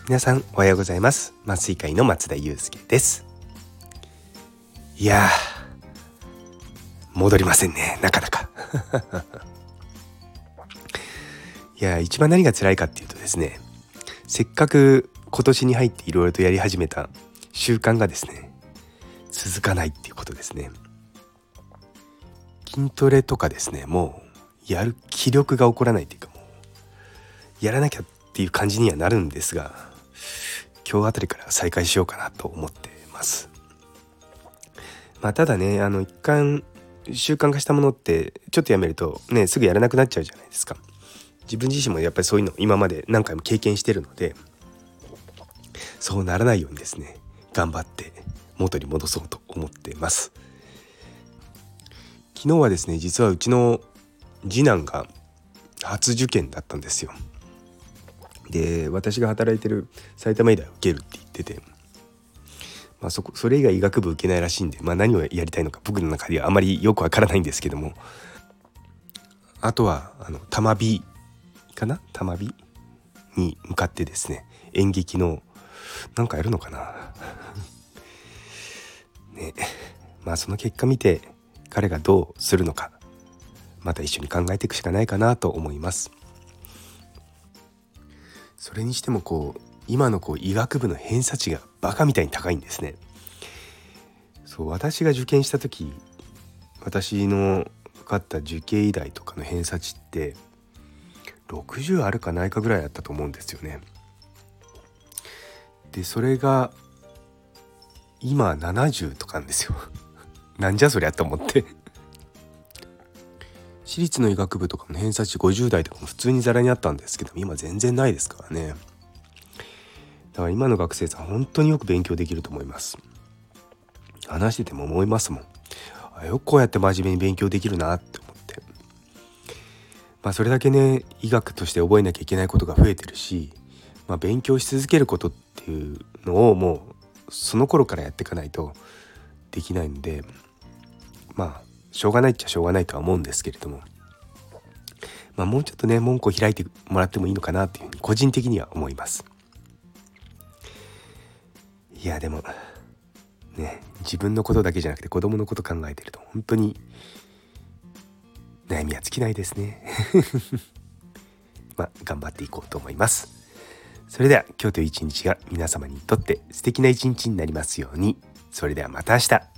皆さんおはようございます。麻酔科医の松田祐介です。いや戻りませんね、なかなかいや一番何が辛いかっていうとですね、せっかく今年に入っていろいろとやり始めた習慣がですね、続かないっていうことですね。筋トレとかですね、もうやる気力が起こらないっていうか、もうやらなきゃっていう感じにはなるんですが、今日あたりから再開しようかなと思ってます。ただね、一貫習慣化したものってちょっとやめるとね、すぐやらなくなっちゃうじゃないですか。自分自身もやっぱりそういうのを今まで何回も経験してるので、そうならないようにですね、頑張って元に戻そうと思ってます。昨日はですね、実はうちの次男が初受験だったんですよ。で、私が働いてる埼玉医大を受けるって言ってて、それ以外医学部受けないらしいんで、何をやりたいのか僕の中ではあまりよくわからないんですけども、あとは玉美に向かってですね、演劇のなんかやるのかなね、その結果見て彼がどうするのか、また一緒に考えていくしかないかなと思います。それにしても今の医学部の偏差値がバカみたいに高いんですね。私が受験した時、私の受かった受験医大とかの偏差値って60あるかないかぐらいだったと思うんですよね。でそれが今70とかなんですよなんじゃそりゃと思って私立の医学部とかの偏差値50代とかも普通にザラにあったんですけど、今全然ないですからね。だから今の学生さん本当によく勉強できると思います。話してても思いますもん。よくこうやって真面目に勉強できるなって思って、それだけね、医学として覚えなきゃいけないことが増えてるし、勉強し続けることっていうのをもうその頃からやっていかないとできないので、しょうがないっちゃしょうがないとは思うんですけれども、もうちょっとね、門戸を開いてもらってもいいのかなっていうふうに個人的には思います。いやでもね、自分のことだけじゃなくて子供のこと考えてると本当に悩みは尽きないですね頑張っていこうと思います。それでは今日という一日が皆様にとって素敵な一日になりますように。それではまた明日。